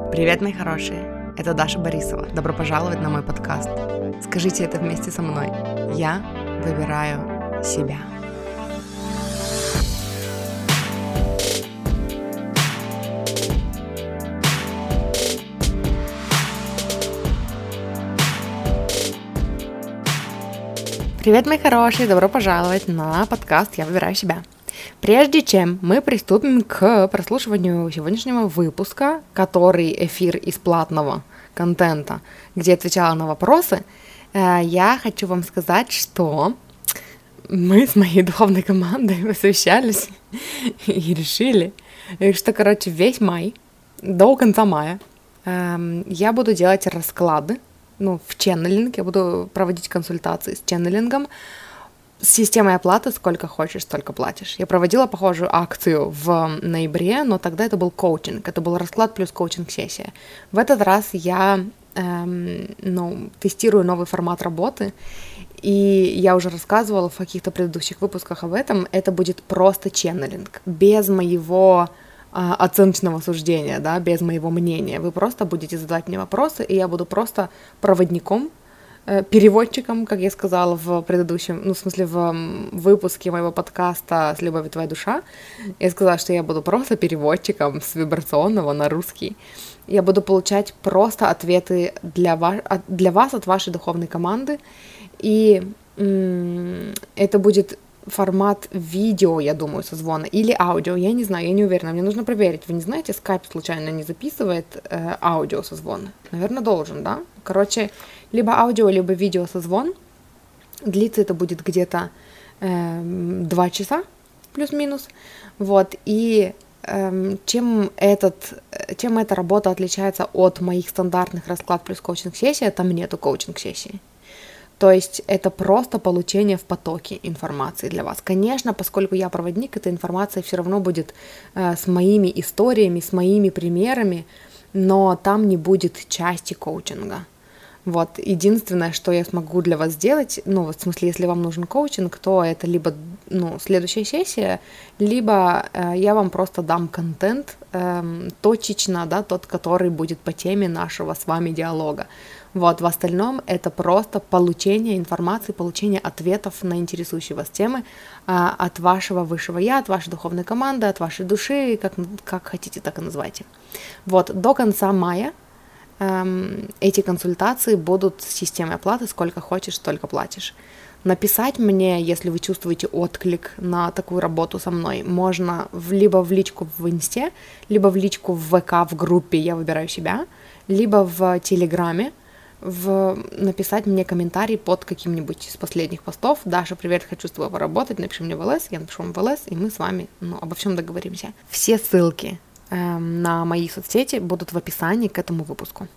Привет, мои хорошие! Это Даша Борисова. Добро пожаловать на мой подкаст. Скажите это вместе со мной. Я выбираю себя. Привет, мои хорошие! Добро пожаловать на подкаст «Я выбираю себя». Прежде чем мы приступим к прослушиванию сегодняшнего выпуска, который эфир из платного контента, где отвечала на вопросы, я хочу вам сказать, что мы с моей духовной командой посовещались и решили, что, весь май, до конца мая, я буду делать расклады, в ченнелинг, я буду проводить консультации с ченнелингом, с системой оплаты «Сколько хочешь, столько платишь». Я проводила похожую акцию в ноябре, но тогда это был коучинг, это был расклад плюс коучинг-сессия. В этот раз я тестирую новый формат работы, и я уже рассказывала в каких-то предыдущих выпусках об этом. Это будет просто ченнелинг, без моего оценочного суждения, да, без моего мнения. Вы просто будете задавать мне вопросы, и я буду просто проводником, переводчиком, как я сказала в предыдущем, в выпуске моего подкаста «С любовью твоя душа». Я сказала, что я буду просто переводчиком с вибрационного на русский. Я буду получать просто ответы для вас от вашей духовной команды. И это будет формат видео, я думаю, созвона, или аудио, я не знаю, я не уверена, мне нужно проверить. Вы не знаете, Skype случайно не записывает аудио созвона? Наверное, должен, да? Либо аудио, либо видео созвон. Длиться это будет где-то 2 часа, плюс-минус. И чем эта работа отличается от моих стандартных расклад плюс коучинг-сессий, там нету коучинг-сессии. То есть это просто получение в потоке информации для вас. Конечно, поскольку я проводник, эта информация все равно будет с моими историями, с моими примерами, но там не будет части коучинга. Единственное, что я смогу для вас сделать, если вам нужен коучинг, то это либо следующая сессия, либо я вам просто дам контент точечно, да, тот, который будет по теме нашего с вами диалога. В остальном это просто получение информации, получение ответов на интересующие вас темы от вашего высшего я, от вашей духовной команды, от вашей души, как хотите, так и называйте. До конца мая эти консультации будут с системой оплаты «Сколько хочешь, столько платишь». Написать мне, если вы чувствуете отклик на такую работу со мной, можно либо в личку в Инсте, либо в личку в ВК в группе «Я выбираю себя», либо в Телеграме, написать мне комментарий под каким-нибудь из последних постов. Даша, привет, хочу с тобой поработать, напиши мне в ЛС, я напишу вам в ЛС, и мы с вами обо всем договоримся. Все ссылки на мои соцсети будут в описании к этому выпуску.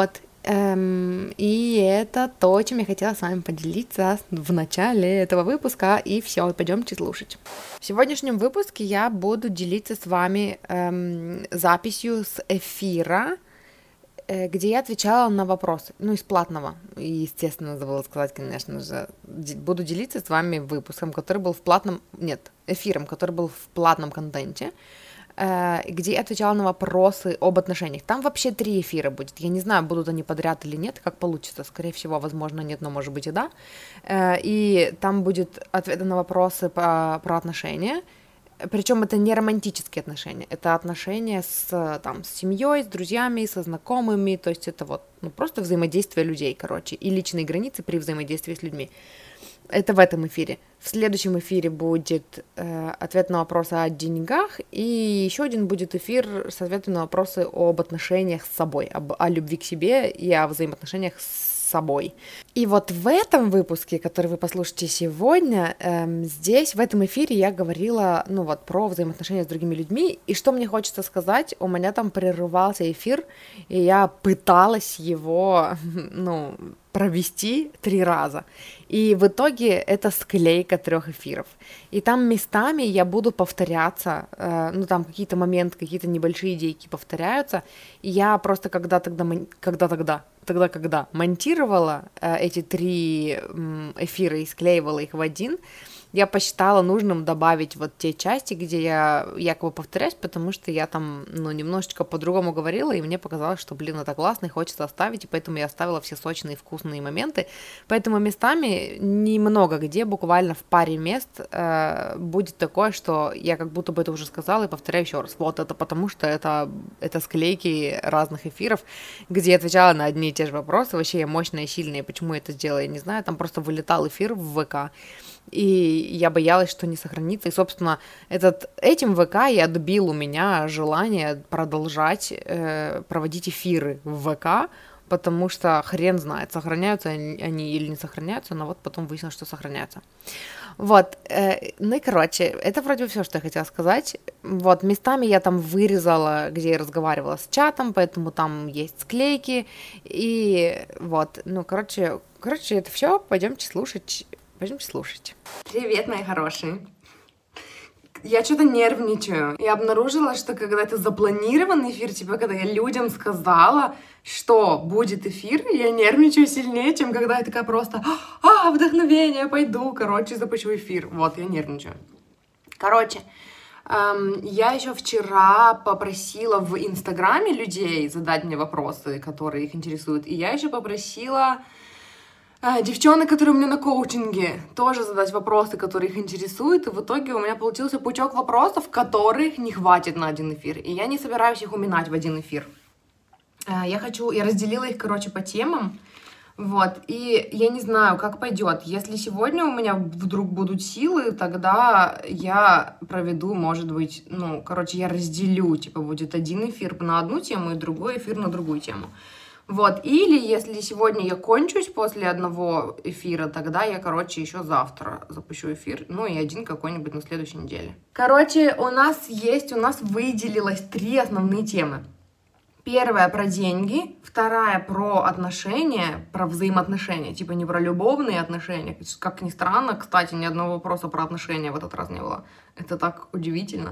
И это то, чем я хотела с вами поделиться в начале этого выпуска, и все, пойдемте слушать. В сегодняшнем выпуске я буду делиться с вами записью с эфира, где я отвечала на вопросы, из платного, и, естественно, забыла сказать, конечно же, буду делиться с вами выпуском, который был эфиром, который был в платном контенте, где я отвечала на вопросы об отношениях. Там вообще 3 эфира будет. Я не знаю, будут они подряд или нет, как получится. Скорее всего, возможно, нет, но может быть и да. И там будет ответы на вопросы про отношения. Причем это не романтические отношения, это отношения с семьей, с друзьями, со знакомыми. То есть это просто взаимодействие людей, и личные границы при взаимодействии с людьми. Это в этом эфире. В следующем эфире будет ответ на вопросы о деньгах, и еще один будет эфир с ответом на вопросы об отношениях с собой, о любви к себе и о взаимоотношениях с собой. И в этом выпуске, который вы послушаете сегодня, здесь, в этом эфире я говорила, про взаимоотношения с другими людьми, и что мне хочется сказать, у меня там прерывался эфир, и я пыталась его, провести 3 раза. И в итоге это склейка 3 эфиров. И там местами я буду повторяться, там какие-то моменты, какие-то небольшие идейки повторяются. И я просто когда монтировала эти 3 эфира и склеивала их в один, я посчитала нужным добавить вот те части, где я якобы повторяюсь, потому что я там, ну, немножечко по-другому говорила, и мне показалось, что, блин, это классно, и хочется оставить, и поэтому я оставила все сочные, вкусные моменты. Поэтому местами немного где, буквально в паре мест будет такое, что я как будто бы это уже сказала и повторяю еще раз. Вот это потому, что это склейки разных эфиров, где я отвечала на одни и те же вопросы. Вообще я мощная и сильная, почему я это сделала, я не знаю. Там просто вылетал эфир в ВК, и я боялась, что не сохранится. И, собственно, этим ВК и отбил у меня желание продолжать проводить эфиры в ВК, потому что хрен знает, сохраняются они или не сохраняются, но вот потом выяснилось, что сохраняются. Вот, ну и, короче, это вроде бы все, что я хотела сказать. Вот, местами я там вырезала, где я разговаривала с чатом, поэтому там есть склейки, и вот, ну, короче, это все, пойдемте слушать. Привет, мои хорошие. Я что-то нервничаю. Я обнаружила, что когда это запланированный эфир, типа, когда я людям сказала, что будет эфир, я нервничаю сильнее, чем когда я такая просто вдохновение, пойду, запущу эфир. Вот, я нервничаю. Я еще вчера попросила в Инстаграме людей задать мне вопросы, которые их интересуют, и я еще попросила девчонок, которые у меня на коучинге, тоже задать вопросы, которые их интересуют, и в итоге у меня получился пучок вопросов, которых не хватит на один эфир, и я не собираюсь их уминать в один эфир. Я разделила их, по темам, вот, и я не знаю, как пойдет. Если сегодня у меня вдруг будут силы, тогда я проведу, может быть, я разделю, будет один эфир на одну тему и другой эфир на другую тему. Вот, или если сегодня я кончусь после одного эфира, тогда я, еще завтра запущу эфир, и один какой-нибудь на следующей неделе. У нас выделилось 3 основные темы. Первая про деньги, вторая про отношения, про взаимоотношения, не про любовные отношения. Как ни странно, кстати, ни одного вопроса про отношения в этот раз не было. Это так удивительно.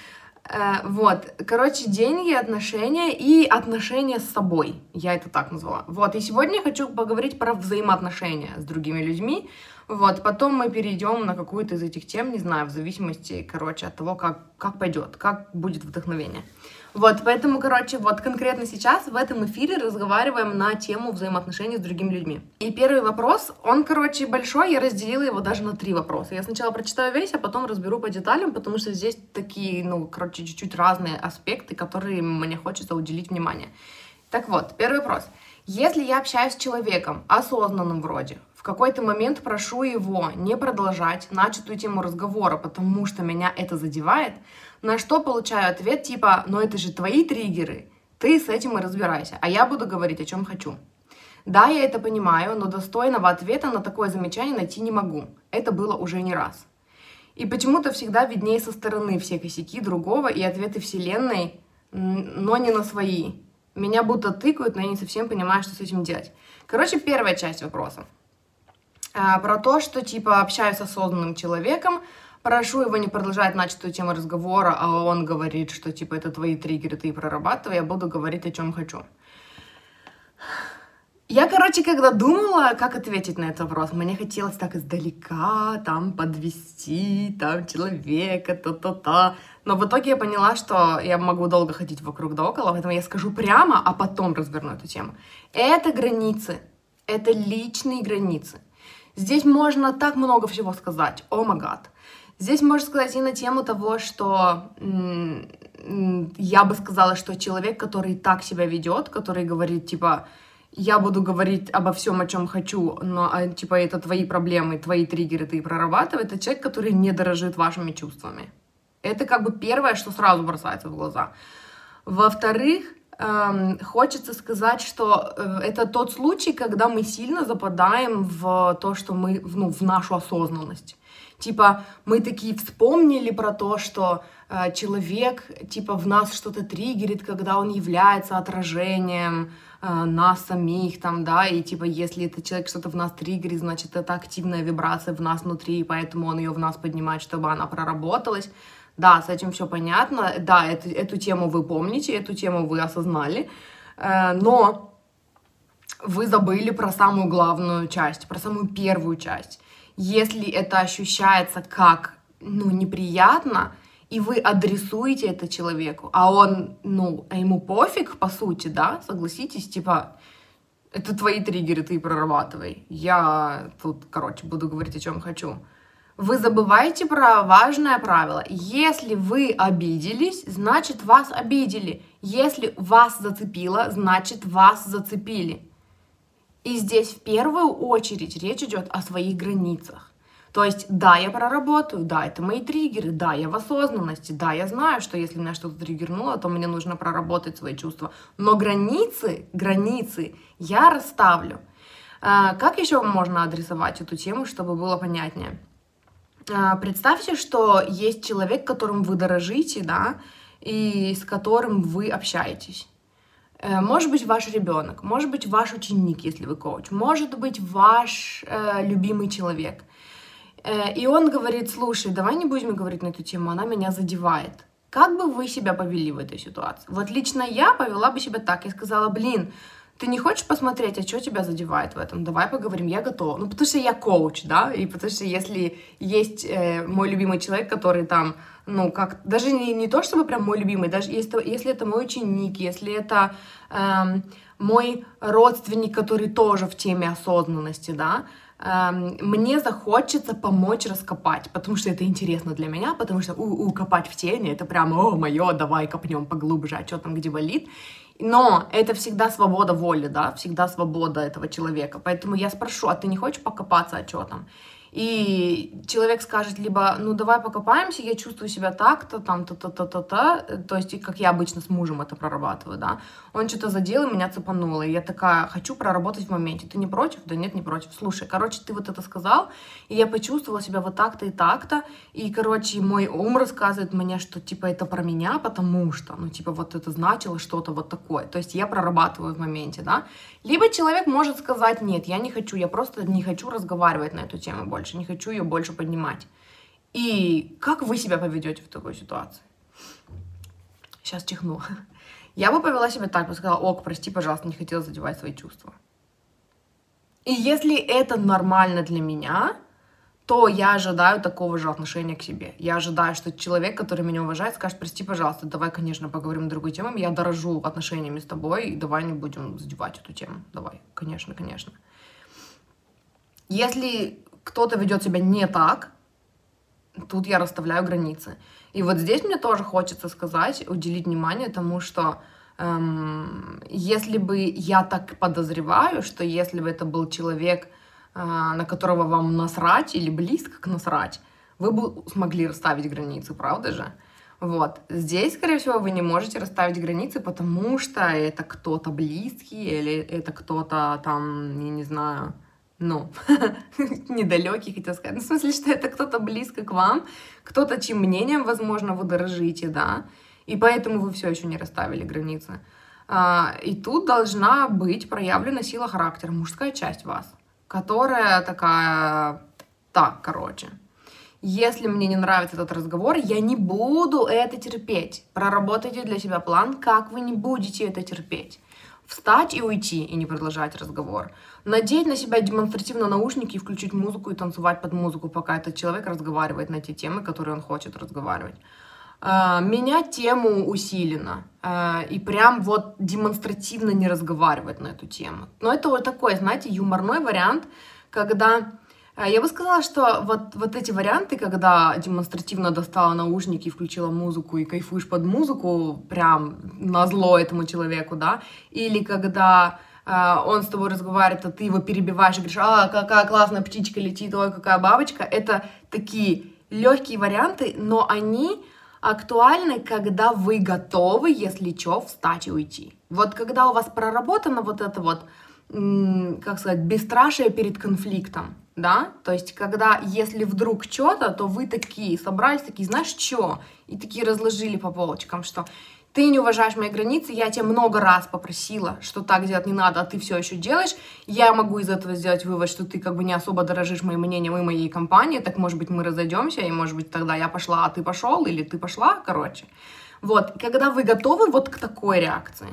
Вот, деньги, отношения и отношения с собой, я это так назвала. Вот, и сегодня я хочу поговорить про взаимоотношения с другими людьми, вот, потом мы перейдем на какую-то из этих тем, не знаю, в зависимости, от того, как пойдет, как будет вдохновение. Вот, поэтому, конкретно сейчас в этом эфире разговариваем на тему взаимоотношений с другими людьми. И первый вопрос, он, большой, я разделила его даже на 3 вопроса. Я сначала прочитаю весь, а потом разберу по деталям, потому что здесь такие, чуть-чуть разные аспекты, которые мне хочется уделить внимание. Так вот, первый вопрос. Если я общаюсь с человеком, осознанным вроде, в какой-то момент прошу его не продолжать начатую тему разговора, потому что меня это задевает, на что получаю ответ но это же твои триггеры, ты с этим и разбирайся, а я буду говорить, о чем хочу. Да, я это понимаю, но достойного ответа на такое замечание найти не могу. Это было уже не раз. И почему-то всегда виднее со стороны все косяки другого и ответы вселенной, но не на свои. Меня будто тыкают, но я не совсем понимаю, что с этим делать. первая часть вопроса. Про то, что, общаюсь с осознанным человеком, прошу его не продолжать начатую тему разговора, а он говорит, что, это твои триггеры, ты прорабатывай, я буду говорить, о чем хочу. Я, когда думала, как ответить на этот вопрос, мне хотелось так издалека, подвести, человека, та-та-та. Но в итоге я поняла, что я могу долго ходить вокруг да около, поэтому я скажу прямо, а потом разверну эту тему. Это границы, это личные границы. Здесь можно так много всего сказать, о май гад. Здесь можно сказать и на тему того, что я бы сказала, что человек, который так себя ведет, который говорит, я буду говорить обо всем, о чем хочу, но, это твои проблемы, твои триггеры, ты прорабатывай, это человек, который не дорожит вашими чувствами. Это первое, что сразу бросается в глаза. Во-вторых, хочется сказать, что это тот случай, когда мы сильно западаем в то, что мы, в нашу осознанность. Мы такие вспомнили про то, что человек, в нас что-то триггерит, когда он является отражением нас самих, и, если этот человек что-то в нас триггерит, значит, это активная вибрация в нас внутри, и поэтому он ее в нас поднимает, чтобы она проработалась. Да, с этим все понятно, да, эту тему вы помните, эту тему вы осознали, но вы забыли про самую главную часть, про самую первую часть. Если это ощущается как, неприятно, и вы адресуете это человеку, а он, ему пофиг, по сути, да, согласитесь, типа, это твои триггеры, ты прорабатывай. Я тут, буду говорить, о чем хочу. Вы забываете про важное правило. Если вы обиделись, значит, вас обидели. Если вас зацепило, значит, вас зацепили. И здесь в первую очередь речь идет о своих границах. То есть, да, я проработаю, да, это мои триггеры, да, я в осознанности, да, я знаю, что если меня что-то триггернуло, то мне нужно проработать свои чувства. Но границы я расставлю. Как еще можно адресовать эту тему, чтобы было понятнее? Представьте, что есть человек, которым вы дорожите, да, и с которым вы общаетесь. Может быть, ваш ребенок, может быть, ваш ученик, если вы коуч, может быть, ваш любимый человек. И он говорит: слушай, давай не будем говорить на эту тему, она меня задевает. Как бы вы себя повели в этой ситуации? Вот лично я повела бы себя так. Я сказала: блин, ты не хочешь посмотреть, а что тебя задевает в этом? Давай поговорим, я готова. Потому что я коуч, да, и потому что если есть мой любимый человек, который там, даже не то чтобы прям мой любимый, даже если это мой ученик, если это мой родственник, который тоже в теме осознанности, да, мне захочется помочь раскопать, потому что это интересно для меня, потому что копать в теме, это прям, моё, давай копнем поглубже, а что там где болит. Но это всегда свобода воли, да, всегда свобода этого человека. Поэтому я спрошу: а ты не хочешь покопаться, а что там? И человек скажет либо: давай покопаемся, я чувствую себя так-то, там, то есть, как я обычно с мужем это прорабатываю, да, он что-то задел, и меня цепануло, и я такая: хочу проработать в моменте, ты не против? Да нет, не против. Слушай, ты вот это сказал, и я почувствовала себя вот так-то и так-то, и, мой ум рассказывает мне, что, это про меня, потому что, вот это значило что-то вот такое, то есть я прорабатываю в моменте, да, либо человек может сказать: нет, я не хочу, я просто не хочу разговаривать на эту тему больше, не хочу ее больше поднимать. И как вы себя поведете в такой ситуации? Сейчас чихну. Я бы повела себя так, бы сказала: прости, пожалуйста, не хотела задевать свои чувства. И если это нормально для меня, то я ожидаю такого же отношения к себе. Я ожидаю, что человек, который меня уважает, скажет: прости, пожалуйста, давай, конечно, поговорим на другую тему, я дорожу отношениями с тобой, и давай не будем задевать эту тему. Давай, конечно. Если кто-то ведет себя не так, тут я расставляю границы. И вот здесь мне тоже хочется сказать, уделить внимание тому, что если бы я так подозреваю, что если бы это был человек, на которого вам насрать или близко к насрать, вы бы смогли расставить границы, правда же? Вот. Здесь, скорее всего, вы не можете расставить границы, потому что это кто-то близкий, или это кто-то там, я не знаю, недалекий, хотела сказать. В смысле, что это кто-то близко к вам, кто-то, чьим мнением, возможно, вы дорожите, да, и поэтому вы все еще не расставили границы. И тут должна быть проявлена сила характера, мужская часть вас, которая такая: если мне не нравится этот разговор, я не буду это терпеть. Проработайте для себя план, как вы не будете это терпеть. Встать и уйти, и не продолжать разговор. Надеть на себя демонстративно наушники и включить музыку и танцевать под музыку, пока этот человек разговаривает на те темы, которые он хочет разговаривать. Менять тему усиленно и прям вот демонстративно не разговаривать на эту тему. Но это вот такой, знаете, юморной вариант, когда... Я бы сказала, что вот эти варианты, когда демонстративно достала наушники и включила музыку и кайфуешь под музыку, прям назло этому человеку, да, или когда он с тобой разговаривает, а ты его перебиваешь и говоришь: какая классная птичка летит, ой, какая бабочка. Это такие легкие варианты, но они актуальны, когда вы готовы, если что, встать и уйти. Вот когда у вас проработано вот это вот, бесстрашие перед конфликтом, да, то есть когда, если вдруг что-то, то вы такие собрались, такие: знаешь что, и такие разложили по полочкам, что ты не уважаешь мои границы, я тебя много раз попросила, что так делать не надо, а ты все еще делаешь, я могу из этого сделать вывод, что ты не особо дорожишь моим мнением и моей компанией, так, может быть, мы разойдемся, и, может быть, тогда я пошла, а ты пошел, или ты пошла, Вот, когда вы готовы вот к такой реакции,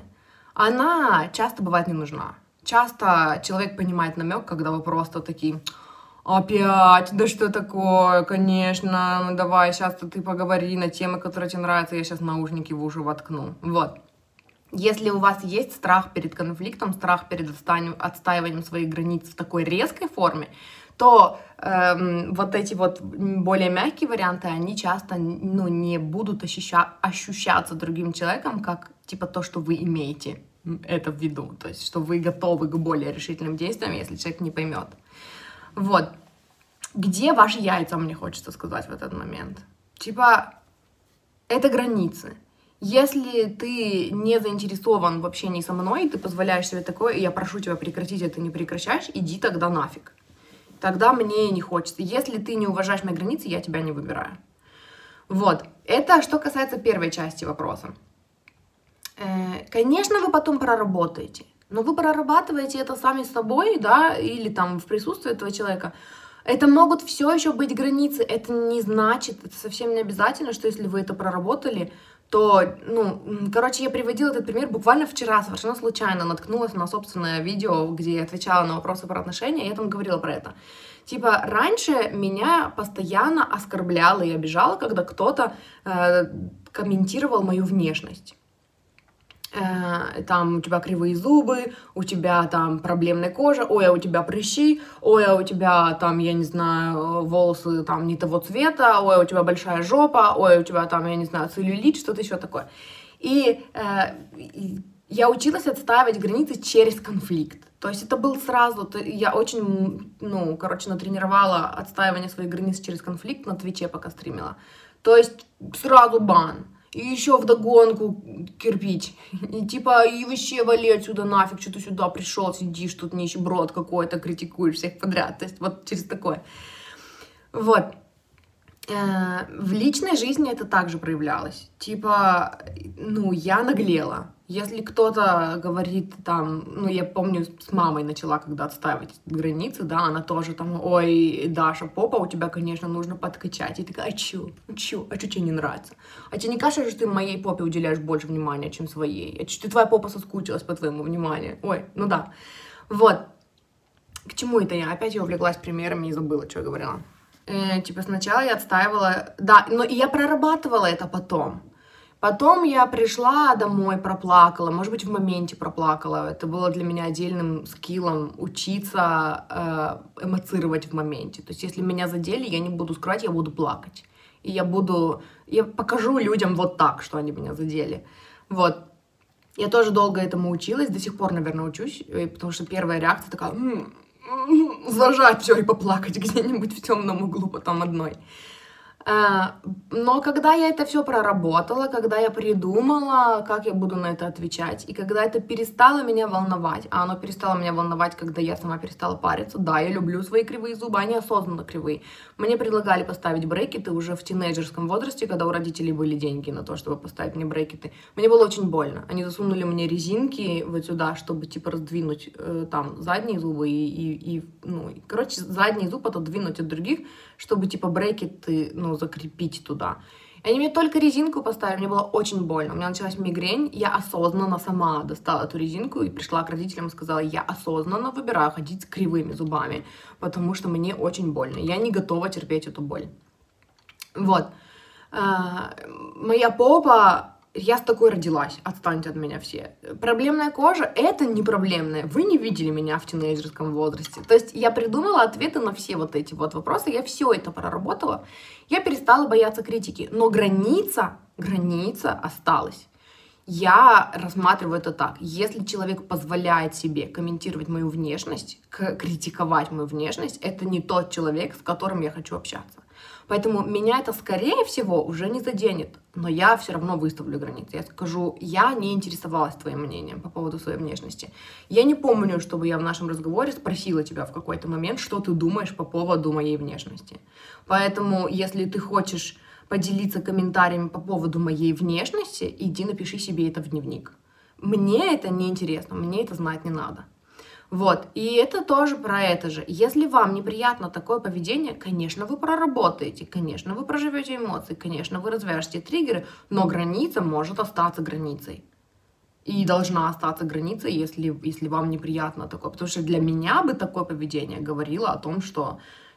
она часто бывает не нужна. Часто человек понимает намек, когда вы просто такие: опять, да что такое, конечно, давай, сейчас ты поговори на темы, которые тебе нравятся, я сейчас наушники в уши воткну. Вот. Если у вас есть страх перед конфликтом, страх перед отстаиванием своих границ в такой резкой форме, то вот эти вот более мягкие варианты, они часто, ну, не будут ощущаться другим человеком как, типа, то, что вы имеете это в виду, то есть, что вы готовы к более решительным действиям, если человек не поймет. Вот. Где ваши яйца, мне хочется сказать в этот момент? Типа, это границы. Если ты не заинтересован в общении со мной, ты позволяешь себе такое, и я прошу тебя прекратить это, не прекращаешь, иди тогда нафиг. Тогда мне не хочется. Если ты не уважаешь мои границы, я тебя не выбираю. Вот. Это что касается первой части вопроса. Конечно, вы потом проработаете, но вы прорабатываете это сами с собой, да, или там в присутствии этого человека. Это могут все еще быть границы. Это не значит, это совсем не обязательно, что если вы это проработали, то, ну, короче, я приводила этот пример буквально вчера, совершенно случайно наткнулась на собственное видео, где я отвечала на вопросы про отношения, и я там говорила про это. Типа, раньше меня постоянно оскорбляло и обижало, когда кто-то комментировал мою внешность. Там у тебя кривые зубы, у тебя там проблемная кожа, ой, а у тебя прыщи, ой, а у тебя там, я не знаю, волосы там не того цвета, ой, а у тебя большая жопа, ой, а у тебя там, я не знаю, целлюлит, что-то еще такое. И я училась отстаивать границы через конфликт. То есть это был сразу, я очень, ну, короче, натренировала отстаивание своих границ через конфликт на Твиче, пока стримила. То есть сразу бан. И еще вдогонку кирпич. И типа, и вообще вали отсюда нафиг, что ты сюда пришел, сидишь, тут нищеброд какой-то, критикуешь всех подряд. То есть вот через такое. Вот. В личной жизни это также проявлялось. Типа, ну, я наглела. Если кто-то говорит там, ну, я помню, с мамой начала когда отстаивать границы, да, она тоже там, ой, Даша, попа у тебя, конечно, нужно подкачать. И такая, а чё тебе не нравится? А тебе не кажется, что ты моей попе уделяешь больше внимания, чем своей? А что твоя попа соскучилась по твоему вниманию? Ой, ну да. Вот. К чему это я? Опять я увлеклась примерами и забыла, что я говорила. Типа сначала я отстаивала, да, но и я прорабатывала это потом. Потом я пришла домой, проплакала, может быть, в моменте проплакала. Это было для меня отдельным скиллом учиться эмоцировать в моменте. То есть если меня задели, я не буду скрывать, я буду плакать. И я покажу людям вот так, что они меня задели. Вот. Я тоже долго этому училась, до сих пор, наверное, учусь, потому что первая реакция такая... зажать все и поплакать где-нибудь в темном углу потом одной. Но когда я это все проработала, когда я придумала, как я буду на это отвечать, и когда это перестало меня волновать, а оно перестало меня волновать, когда я сама перестала париться, да, я люблю свои кривые зубы, они осознанно кривые. Мне предлагали поставить брекеты уже в тинейджерском возрасте, когда у родителей были деньги на то, чтобы поставить мне брекеты. Мне было очень больно. Они засунули мне резинки вот сюда, чтобы, типа, раздвинуть там задние зубы короче, задний зуб отодвинуть от других, чтобы, типа, брекеты, ну, закрепить туда. И они мне только резинку поставили, мне было очень больно. У меня началась мигрень, я осознанно сама достала эту резинку и пришла к родителям и сказала, я осознанно выбираю ходить с кривыми зубами, потому что мне очень больно. Я не готова терпеть эту боль. Вот. Моя попа... Я с такой родилась, отстаньте от меня все. Проблемная кожа — это не проблемная. Вы не видели меня в тинейджерском возрасте. То есть я придумала ответы на все вот эти вот вопросы, я все это проработала. Я перестала бояться критики, но граница осталась. Я рассматриваю это так. Если человек позволяет себе комментировать мою внешность, критиковать мою внешность, это не тот человек, с которым я хочу общаться. Поэтому меня это, скорее всего, уже не заденет, но я все равно выставлю границы. Я скажу, я не интересовалась твоим мнением по поводу своей внешности. Я не помню, чтобы я в нашем разговоре спросила тебя в какой-то момент, что ты думаешь по поводу моей внешности. Поэтому, если ты хочешь поделиться комментариями по поводу моей внешности, иди напиши себе это в дневник. Мне это не интересно, мне это знать не надо. Вот, и это тоже про это же. Если вам неприятно такое поведение, конечно, вы проработаете, конечно, вы проживете эмоции, конечно, вы развяжете триггеры, но граница может остаться границей. И должна остаться границей, если вам неприятно такое. Потому что для меня бы такое поведение говорило о том, что,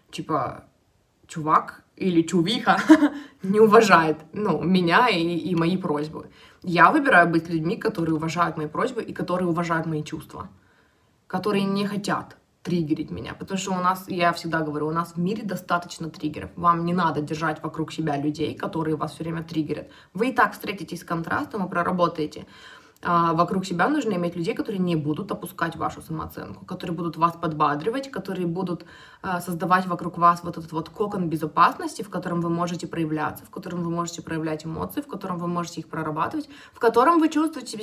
типа, чувак или чувиха не уважает, меня и мои просьбы. Я выбираю быть людьми, которые уважают мои просьбы и которые уважают мои чувства, которые не хотят триггерить меня, потому что я всегда говорю, у нас в мире достаточно триггеров. Вам не надо держать вокруг себя людей, которые вас все время триггерят. Вы и так встретитесь с контрастом и проработаете. Вокруг себя нужно иметь людей, которые не будут опускать вашу самооценку, которые будут вас подбадривать, которые будут создавать вокруг вас вот этот вот кокон безопасности, в котором вы можете проявляться, в котором вы можете проявлять эмоции, в котором вы можете их прорабатывать, в котором вы чувствуете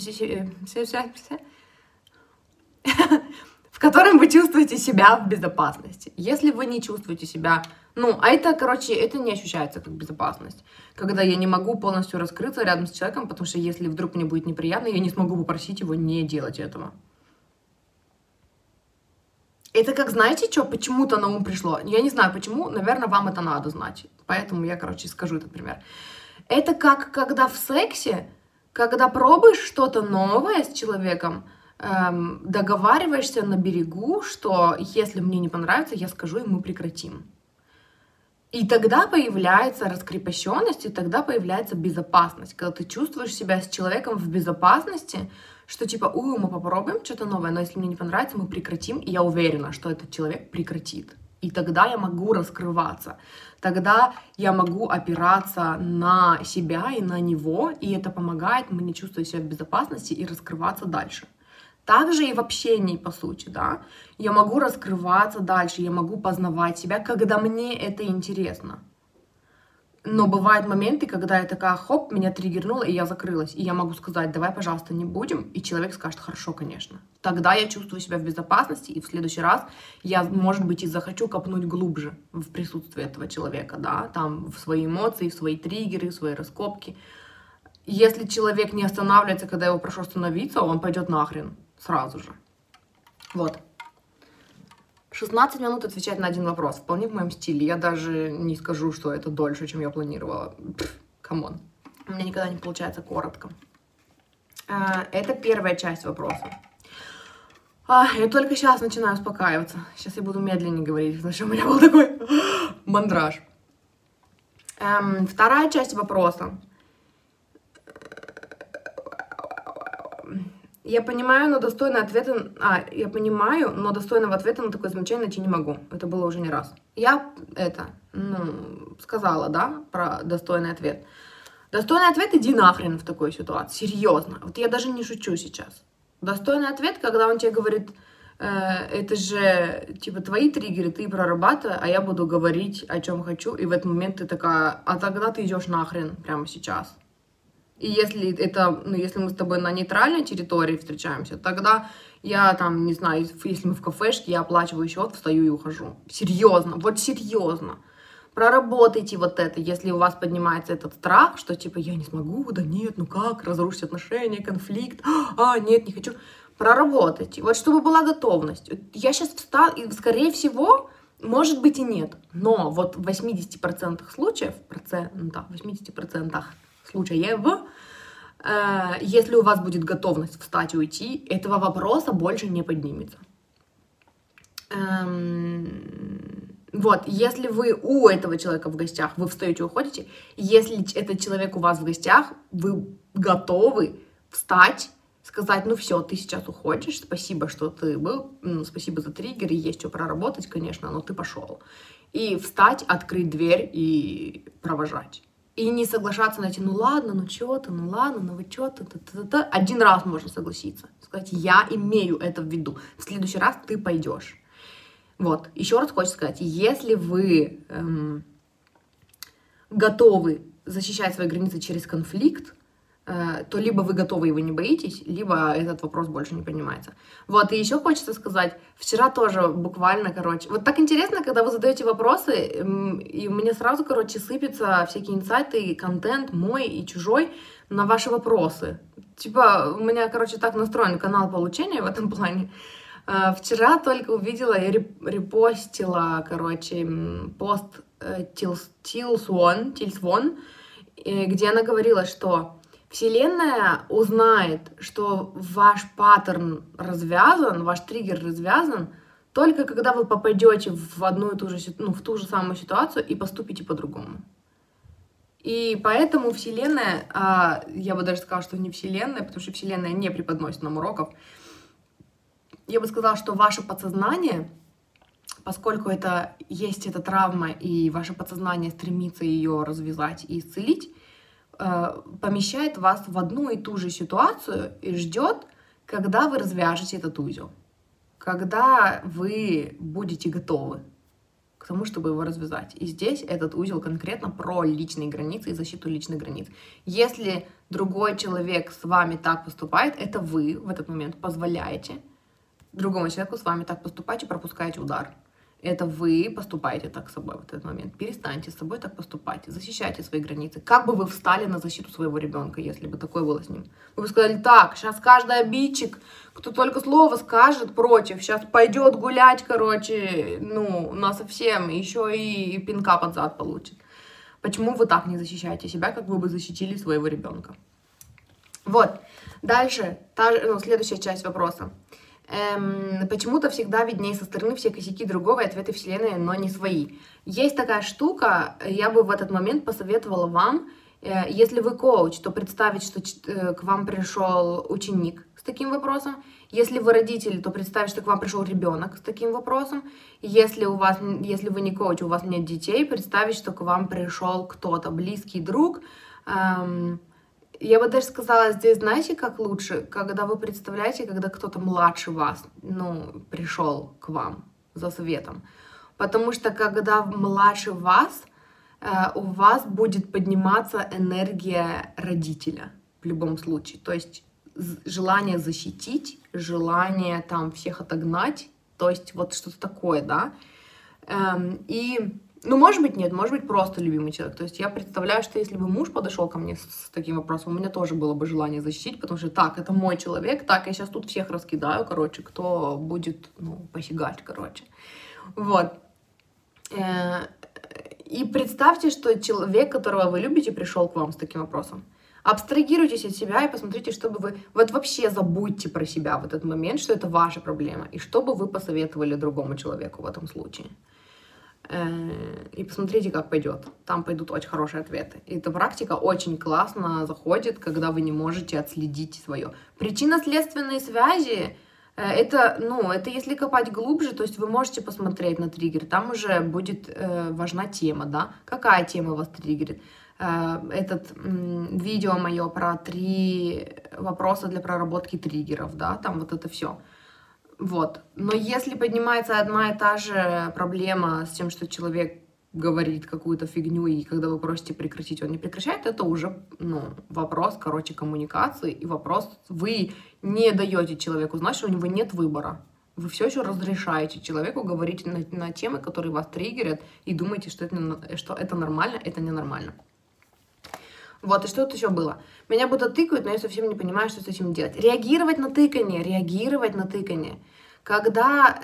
в котором вы чувствуете себя в безопасности. Если вы не чувствуете себя... это не ощущается как безопасность. Когда я не могу полностью раскрыться рядом с человеком, потому что если вдруг мне будет неприятно, я не смогу попросить его не делать этого. Это как, знаете, что почему-то на ум пришло? Я не знаю почему, наверное, вам это надо знать. Поэтому я, скажу этот пример. Это как, когда в сексе, когда пробуешь что-то новое с человеком, договариваешься на берегу, что если мне не понравится, я скажу, и мы прекратим. И тогда появляется раскрепощенность, и тогда появляется безопасность. Когда ты чувствуешь себя с человеком в безопасности, что типа, мы попробуем что-то новое, но если мне не понравится, мы прекратим, и я уверена, что этот человек прекратит. И тогда я могу раскрываться. Тогда я могу опираться на себя и на него, и это помогает мне чувствовать себя в безопасности и раскрываться дальше. Также и в общении, по сути, да, я могу раскрываться дальше, я могу познавать себя, когда мне это интересно. Но бывают моменты, когда я такая, хоп, меня триггернуло, и я закрылась. И я могу сказать, давай, пожалуйста, не будем, и человек скажет, хорошо, конечно. Тогда я чувствую себя в безопасности, и в следующий раз я, может быть, и захочу копнуть глубже в присутствии этого человека, да, там, в свои эмоции, в свои триггеры, в свои раскопки. Если человек не останавливается, когда я его прошу остановиться, он пойдет нахрен. Сразу же. Вот. 16 минут отвечать на один вопрос. Вполне в моем стиле. Я даже не скажу, что это дольше, чем я планировала. Камон. У меня никогда не получается коротко. Это первая часть вопроса. Я только сейчас начинаю успокаиваться. Сейчас я буду медленнее говорить, потому что у меня был такой мандраж. Вторая часть вопроса. Я понимаю, но достойного ответа на такое замечание найти не могу. Это было уже не раз. Я сказала, да, про достойный ответ. Достойный ответ — иди нахрен в такой ситуации. Серьезно. Вот я даже не шучу сейчас. Достойный ответ, когда он тебе говорит, это же, типа, твои триггеры, ты прорабатывай, а я буду говорить, о чем хочу, и в этот момент ты такая, а тогда ты идешь нахрен прямо сейчас. И если если мы с тобой на нейтральной территории встречаемся, тогда я там, не знаю, если мы в кафешке, я оплачиваю счет, встаю и ухожу. Серьезно, вот серьезно. Проработайте вот это, если у вас поднимается этот страх, что типа я не смогу, да нет, ну как, разрушить отношения, конфликт, нет, не хочу. Проработайте, вот чтобы была готовность. Я сейчас встала, и скорее всего, может быть и нет, но вот в 80% случаев, 80% случаев, если у вас будет готовность встать и уйти, этого вопроса больше не поднимется. Вот, если вы у этого человека в гостях, вы встаете и уходите, если этот человек у вас в гостях, вы готовы встать, сказать, ну все, ты сейчас уходишь, спасибо, что ты был, спасибо за триггеры, есть что проработать, конечно, но ты пошел. И встать, открыть дверь и провожать. И не соглашаться на эти, ну ладно, ну что-то, ну ладно, ну вы что-то, один раз можно согласиться, сказать, я имею это в виду, в следующий раз ты пойдешь. Вот, еще раз хочу сказать, если вы готовы защищать свои границы через конфликт, то либо вы готовы и вы не боитесь, либо этот вопрос больше не поднимается. Вот, и еще хочется сказать, вчера тоже буквально, вот так интересно, когда вы задаете вопросы, и мне сразу, сыпятся всякие инсайты, контент мой и чужой на ваши вопросы. Типа, у меня, так настроен канал получения в этом плане. Вчера только увидела, я репостила, пост Тилсвон, где она говорила, что Вселенная узнает, что ваш паттерн развязан, ваш триггер развязан только когда вы попадете в одну и ту же, в ту же самую ситуацию и поступите по-другому. И поэтому Вселенная, я бы даже сказала, что не Вселенная, потому что Вселенная не преподносит нам уроков. Я бы сказала, что ваше подсознание, поскольку есть эта травма, и ваше подсознание стремится ее развязать и исцелить, помещает вас в одну и ту же ситуацию и ждет, когда вы развяжете этот узел, когда вы будете готовы к тому, чтобы его развязать. И здесь этот узел конкретно про личные границы и защиту личных границ. Если другой человек с вами так поступает, это вы в этот момент позволяете другому человеку с вами так поступать и пропускаете удар. Это вы поступаете так с собой в этот момент. Перестаньте с собой так поступать. Защищайте свои границы. Как бы вы встали на защиту своего ребенка, если бы такое было с ним? Вы бы сказали, так, сейчас каждый обидчик, кто только слово скажет против, сейчас пойдет гулять, насовсем, еще и пинка под зад получит. Почему вы так не защищаете себя, как вы бы защитили своего ребенка? Вот. Дальше, следующая часть вопроса. Почему-то всегда виднее со стороны все косяки другого и ответы Вселенной, но не свои. Есть такая штука, я бы в этот момент посоветовала вам, если вы коуч, то представить, что к вам пришел ученик с таким вопросом. Если вы родители, то представить, что к вам пришел ребенок с таким вопросом. Если вы не коуч, у вас нет детей, представить, что к вам пришел кто-то, близкий друг. Я бы даже сказала, здесь, знаете, как лучше, когда вы представляете, когда кто-то младше вас, пришел к вам за советом. Потому что когда младше вас, у вас будет подниматься энергия родителя в любом случае. То есть желание защитить, желание там всех отогнать, то есть вот что-то такое, да. Может быть, нет, может быть, просто любимый человек. То есть я представляю, что если бы муж подошел ко мне с таким вопросом, у меня тоже было бы желание защитить, потому что так, это мой человек, так, я сейчас тут всех раскидаю, кто будет, посягать, Вот. И представьте, что человек, которого вы любите, пришел к вам с таким вопросом. Абстрагируйтесь от себя и посмотрите, чтобы вы... Вот вообще забудьте про себя в этот момент, что это ваша проблема, и что бы вы посоветовали другому человеку в этом случае. И посмотрите, как пойдет. Там пойдут очень хорошие ответы. И эта практика очень классно заходит, когда вы не можете отследить свое. Причинно-следственные связи, это если копать глубже, то есть вы можете посмотреть на триггер, там уже будет важна тема, да? Какая тема вас триггерит? Видео мое про 3 вопроса для проработки триггеров, да, там вот это все. Вот. Но если поднимается одна и та же проблема с тем, что человек говорит какую-то фигню, и когда вы просите прекратить, он не прекращает, это уже, вопрос, коммуникации, и вопрос, вы не даете человеку знать, что у него нет выбора. Вы все еще разрешаете человеку говорить на темы, которые вас триггерят, и думаете, что это нормально, это ненормально. Вот, и что тут еще было? Меня будто тыкают, но я совсем не понимаю, что с этим делать. Реагировать на тыканье. Когда,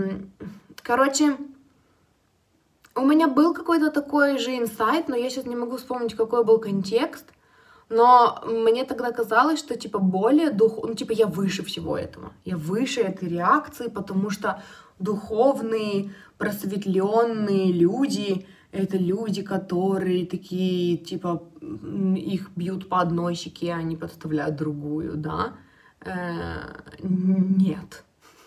у меня был какой-то такой же инсайт, но я сейчас не могу вспомнить, какой был контекст, но мне тогда казалось, что, более я выше всего этого. Я выше этой реакции, потому что духовные, просветленные люди... Это люди, которые такие, их бьют по одной щеке, а они подставляют другую, да? Нет.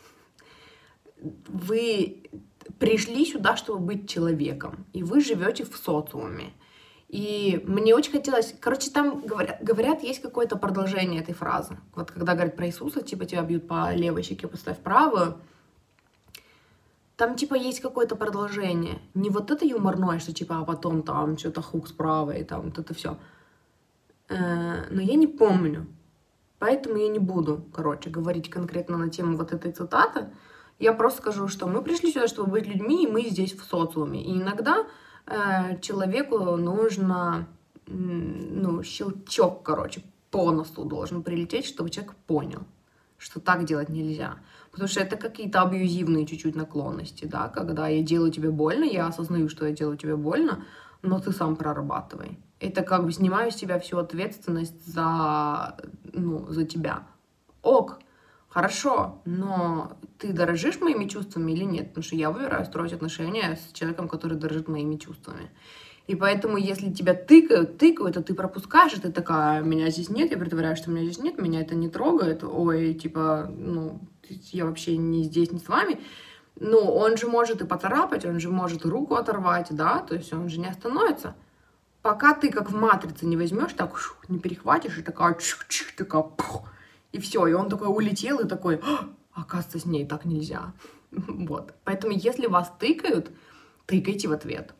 Вы пришли сюда, чтобы быть человеком, и вы живете в социуме. И мне очень хотелось... там говорят, есть какое-то продолжение этой фразы. Вот когда говорят про Иисуса, тебя бьют по левой щеке, поставь правую. Там, есть какое-то продолжение. Не вот это юморное, что, а потом там что-то хук справа, и там вот это все. Но я не помню. Поэтому я не буду, говорить конкретно на тему вот этой цитаты. Я просто скажу, что мы пришли сюда, чтобы быть людьми, и мы здесь в социуме. И иногда человеку нужно, щелчок, по носу должен прилететь, чтобы человек понял, что так делать нельзя. Потому что это какие-то абьюзивные чуть-чуть наклонности, да, когда я делаю тебе больно, я осознаю, что я делаю тебе больно, но ты сам прорабатывай. Это снимаю с себя всю ответственность за тебя. Хорошо, но ты дорожишь моими чувствами или нет? Потому что я выбираю строить отношения с человеком, который дорожит моими чувствами. И поэтому, если тебя тыкают, а ты пропускаешь, и ты такая, меня здесь нет, я притворяюсь, что меня здесь нет, меня это не трогает, ой, типа, ну, я вообще не здесь, не с вами. Ну, он же может и поцарапать, он же может и руку оторвать, да, то есть он же не остановится. Пока ты, как в «Матрице», не возьмешь, так, не перехватишь, и такая, такая, пух, и все, и он такой улетел, и такой, оказывается, с ней так нельзя. Вот. Поэтому, если вас тыкают, тыкайте в ответ.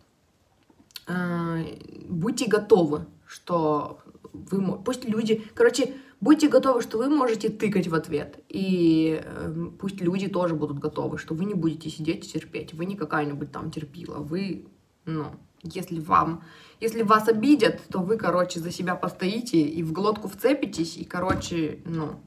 Будьте готовы, что вы... Пусть люди... Короче, будьте готовы, что вы можете тыкать в ответ. И пусть люди тоже будут готовы, что вы не будете сидеть и терпеть. Вы не какая-нибудь там терпила. Вы, ну, если вас обидят, то вы, короче, за себя постоите и в глотку вцепитесь, и, короче, ну,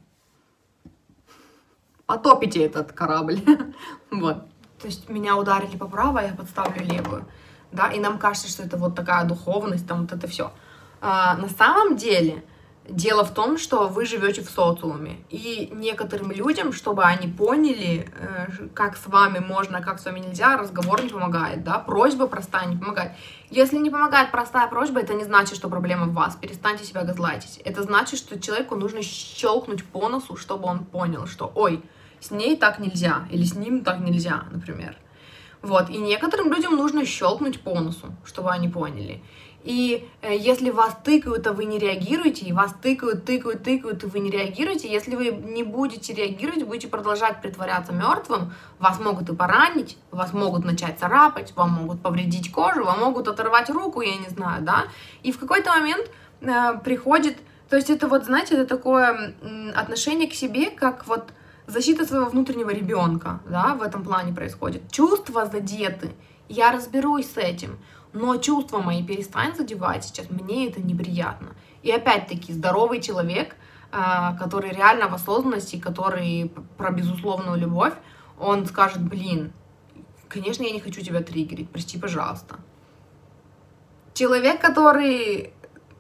потопите этот корабль. Вот. То есть меня ударили по правой, я подставлю левую. Да, и нам кажется, что это вот такая духовность, там вот это все. На самом деле, дело в том, что вы живете в социуме, и некоторым людям, чтобы они поняли, как с вами можно, как с вами нельзя, разговор не помогает, да, просьба простая не помогает. Если не помогает простая просьба, это не значит, что проблема в вас, перестаньте себя газлайтить. Это значит, что человеку нужно щелкнуть по носу, чтобы он понял, что, ой, с ней так нельзя, или с ним так нельзя, например. Вот, и некоторым людям нужно щелкнуть по носу, чтобы они поняли. И если вас тыкают, а вы не реагируете, и вас тыкают, и вы не реагируете, если вы не будете реагировать, будете продолжать притворяться мертвым, вас могут и поранить, вас могут начать царапать, вам могут повредить кожу, вам могут оторвать руку, я не знаю, да. И в какой-то момент приходит, то есть это вот, знаете, это такое отношение к себе, как вот защита своего внутреннего ребенка, да, в этом плане происходит. Чувства задеты, я разберусь с этим, но чувства мои перестань задевать сейчас, мне это неприятно. И опять-таки здоровый человек, который реально в осознанности, который про безусловную любовь, он скажет, блин, конечно, я не хочу тебя триггерить, прости, пожалуйста. Человек, который,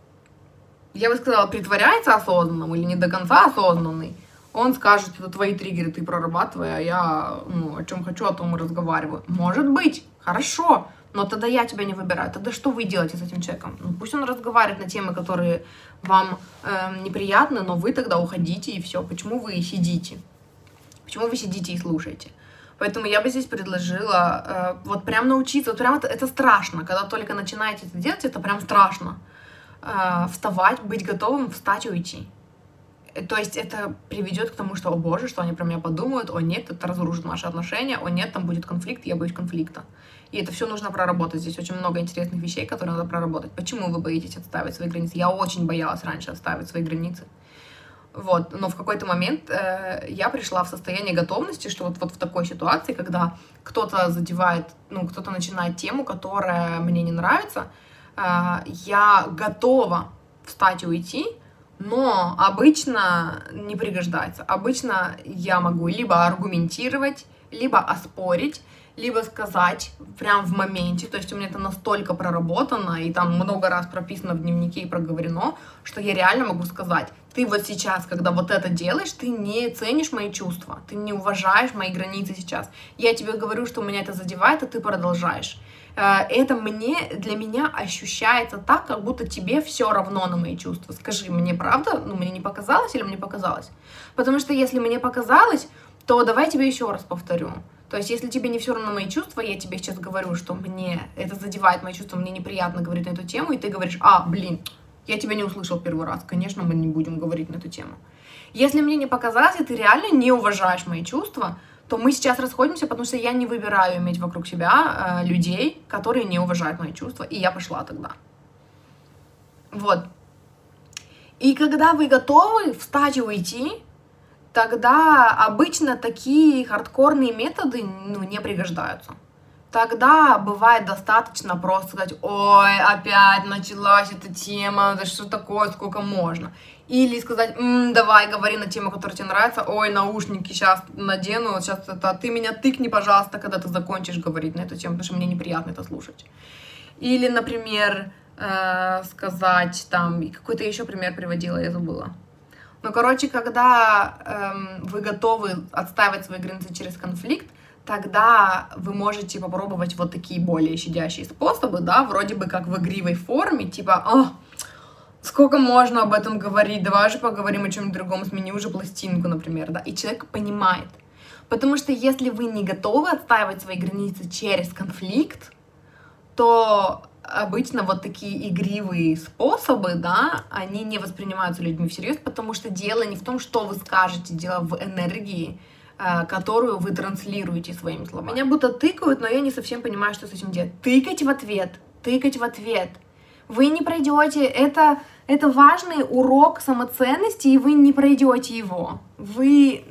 я бы сказала, притворяется осознанным или не до конца осознанный, он скажет, это твои триггеры, ты прорабатывай, а я, ну, о чем хочу, о том и разговариваю. Может быть, хорошо, но тогда я тебя не выбираю. Тогда что вы делаете с этим человеком? Ну, пусть он разговаривает на темы, которые вам неприятны, но вы тогда уходите и все. Почему вы сидите? Почему вы сидите и слушаете? Поэтому я бы здесь предложила вот прям научиться, вот прям это страшно, когда только начинаете это делать, это прям страшно. Вставать, быть готовым, встать и уйти. То есть это приведет к тому, что, о боже, что они про меня подумают, о нет, это разрушит наши отношения, о нет, там будет конфликт, я боюсь конфликта. И это все нужно проработать. Здесь очень много интересных вещей, которые надо проработать. Почему вы боитесь отставить свои границы? Я очень боялась раньше отставить свои границы. Вот. Но в какой-то момент я пришла в состояние готовности, что вот в такой ситуации, когда кто-то задевает, ну, кто-то начинает тему, которая мне не нравится, я готова встать и уйти, но обычно не пригождается. Обычно я могу либо аргументировать, либо оспорить, либо сказать прям в моменте, то есть у меня это настолько проработано, и там много раз прописано в дневнике и проговорено, что я реально могу сказать, ты вот сейчас, когда вот это делаешь, ты не ценишь мои чувства, ты не уважаешь мои границы сейчас. Я тебе говорю, что меня это задевает, а ты продолжаешь. Это для меня ощущается так, как будто тебе все равно на мои чувства. Скажи, мне правда? Ну, мне не показалось или мне показалось? Потому что если мне показалось, то давай тебе еще раз повторю. То есть, если тебе не все равно на мои чувства, я тебе сейчас говорю, что мне это задевает мои чувства, мне неприятно говорить на эту тему, и ты говоришь, блин, я тебя не услышал первый раз, конечно, мы не будем говорить на эту тему. Если мне не показалось, и ты реально не уважаешь мои чувства, то мы сейчас расходимся, потому что я не выбираю иметь вокруг себя людей, которые не уважают мои чувства, и я пошла тогда. Вот. И когда вы готовы встать и уйти, тогда обычно такие хардкорные методы, не пригождаются. Тогда бывает достаточно просто сказать, ой, опять началась эта тема, да что такое, сколько можно. Или сказать, давай, говори на тему, которая тебе нравится, ой, наушники сейчас надену, сейчас это, ты меня тыкни, пожалуйста, когда ты закончишь говорить на эту тему, потому что мне неприятно это слушать. Или, например, сказать, там, какой-то еще пример приводила, я забыла. Но, короче, когда вы готовы отстаивать свои границы через конфликт, тогда вы можете попробовать вот такие более щадящие способы, да, вроде бы как в игривой форме, типа, сколько можно об этом говорить, давай же поговорим о чем-нибудь другом, смени уже пластинку, например, да, и человек понимает. Потому что если вы не готовы отстаивать свои границы через конфликт, то обычно вот такие игривые способы, да, они не воспринимаются людьми всерьез, потому что дело не в том, что вы скажете, дело в энергии, которую вы транслируете своими словами. Меня будто тыкают, но я не совсем понимаю, что с этим делать. Тыкать в ответ. Вы не пройдете, это важный урок самоценности, и вы не пройдете его. Вы,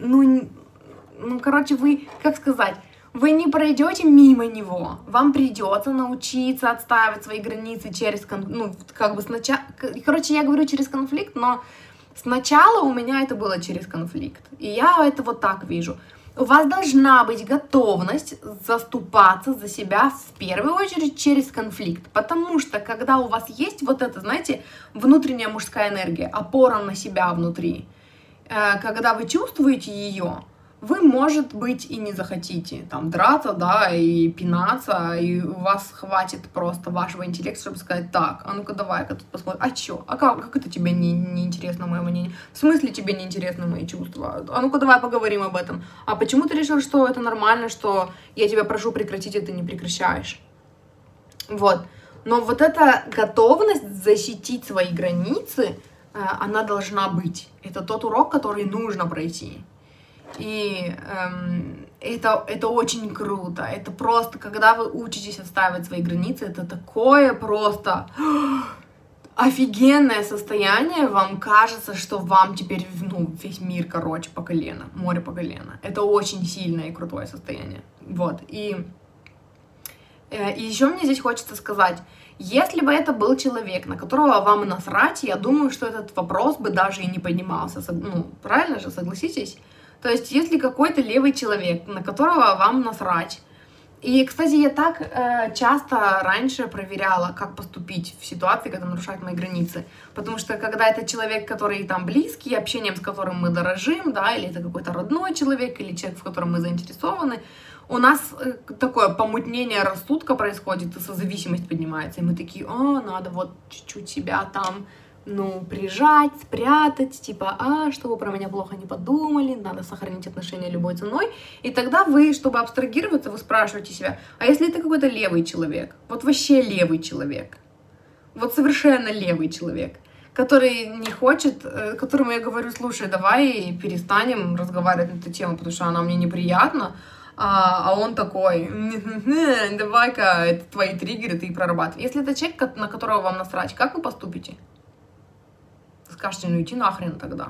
вы, как сказать, вы не пройдете мимо него. Вам придется научиться отстаивать свои границы через, сначала, я говорю через конфликт, но сначала у меня это было через конфликт. И я это вот так вижу. У вас должна быть готовность заступаться за себя в первую очередь через конфликт. Потому что когда у вас есть вот это, знаете, внутренняя мужская энергия, опора на себя внутри, когда вы чувствуете ее, вы, может быть, и не захотите там драться, да, и пинаться, и у вас хватит просто вашего интеллекта, чтобы сказать, так, а ну-ка давай-ка тут посмотрим, как это тебе не интересно мое мнение? В смысле тебе не интересны мои чувства? А ну-ка давай поговорим об этом. А почему ты решил, что это нормально, что я тебя прошу прекратить, и ты не прекращаешь? Вот. Но вот эта готовность защитить свои границы, она должна быть. Это тот урок, который нужно пройти. И это очень круто. Это просто, когда вы учитесь отстаивать свои границы, это такое просто офигенное состояние. Вам кажется, что вам теперь, весь мир, по колено, море по колено. Это очень сильное и крутое состояние. Вот. И еще мне здесь хочется сказать, если бы это был человек, на которого вам насрать, я думаю, что этот вопрос бы даже и не поднимался. Правильно же, согласитесь? То есть, если какой-то левый человек, на которого вам насрать. И, кстати, я так часто раньше проверяла, как поступить в ситуации, когда нарушают мои границы. Потому что, когда это человек, который там близкий, общением с которым мы дорожим, да, или это какой-то родной человек, или человек, в котором мы заинтересованы, у нас такое помутнение рассудка происходит, и созависимость поднимается. И мы такие, надо вот чуть-чуть себя там... прижать, спрятать, чтобы про меня плохо не подумали, надо сохранить отношения любой ценой. И тогда вы, чтобы абстрагироваться, вы спрашиваете себя, а если это какой-то левый человек, вот вообще левый человек, вот совершенно левый человек, который не хочет, которому я говорю, слушай, давай перестанем разговаривать на эту тему, потому что она мне неприятна, а он такой, давай-ка, это твои триггеры, ты их прорабатывай. Если это человек, на которого вам насрать, как вы поступите? Скажете, иди нахрен тогда.